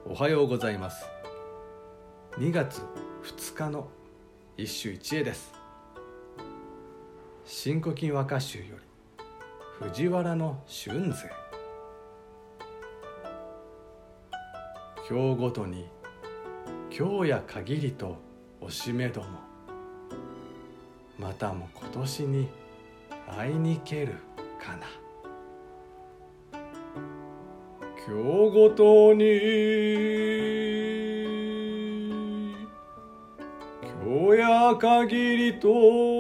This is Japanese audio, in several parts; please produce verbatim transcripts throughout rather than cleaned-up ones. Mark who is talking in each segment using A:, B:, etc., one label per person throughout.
A: おはようございます。にがつふつかの一首一会です。新古今和歌集より藤原の春勢。今日ごとに今日や限りとおしめども、またも今年に会いにけるかな。今日ごとに今日や限りと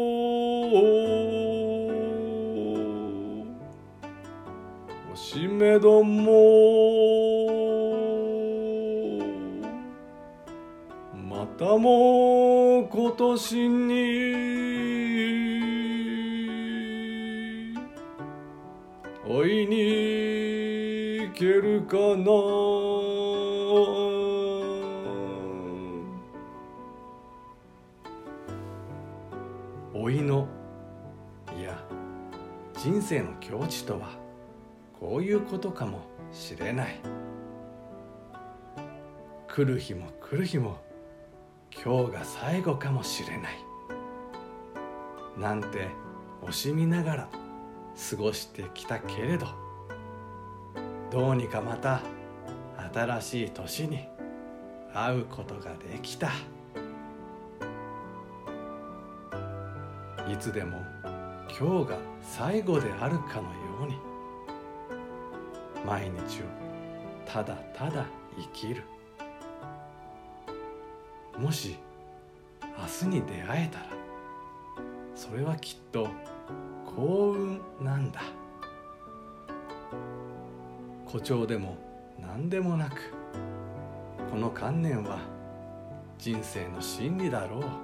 A: おしめども、またも今年に会いに行けるかな。老いの、いや人生の境地とはこういうことかもしれない。来る日も来る日も今日が最後かもしれないなんて惜しみながら過ごしてきたけれど、どうにかまた新しい年に会うことができた。いつでも今日が最後であるかのように毎日をただただ生きる。もし明日に出会えたら、それはきっと幸運なんだ。誇張でも何でもなく、この観念は人生の真理だろう。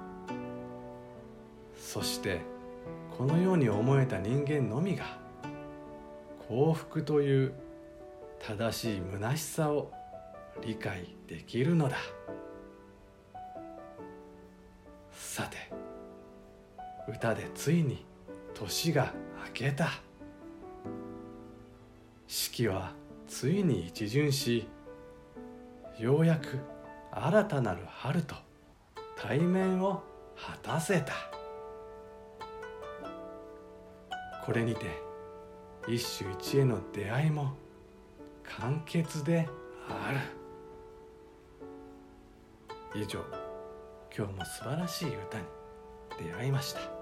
A: そしてこのように思えた人間のみが幸福という正しい虚しさを理解できるのだ。さて、歌でついに年が明けた。四季はついに一巡し、ようやく新たなる春と対面を果たせた。これにて一首一会の出会いも完結である。以上、今日も素晴らしい歌に出会いました。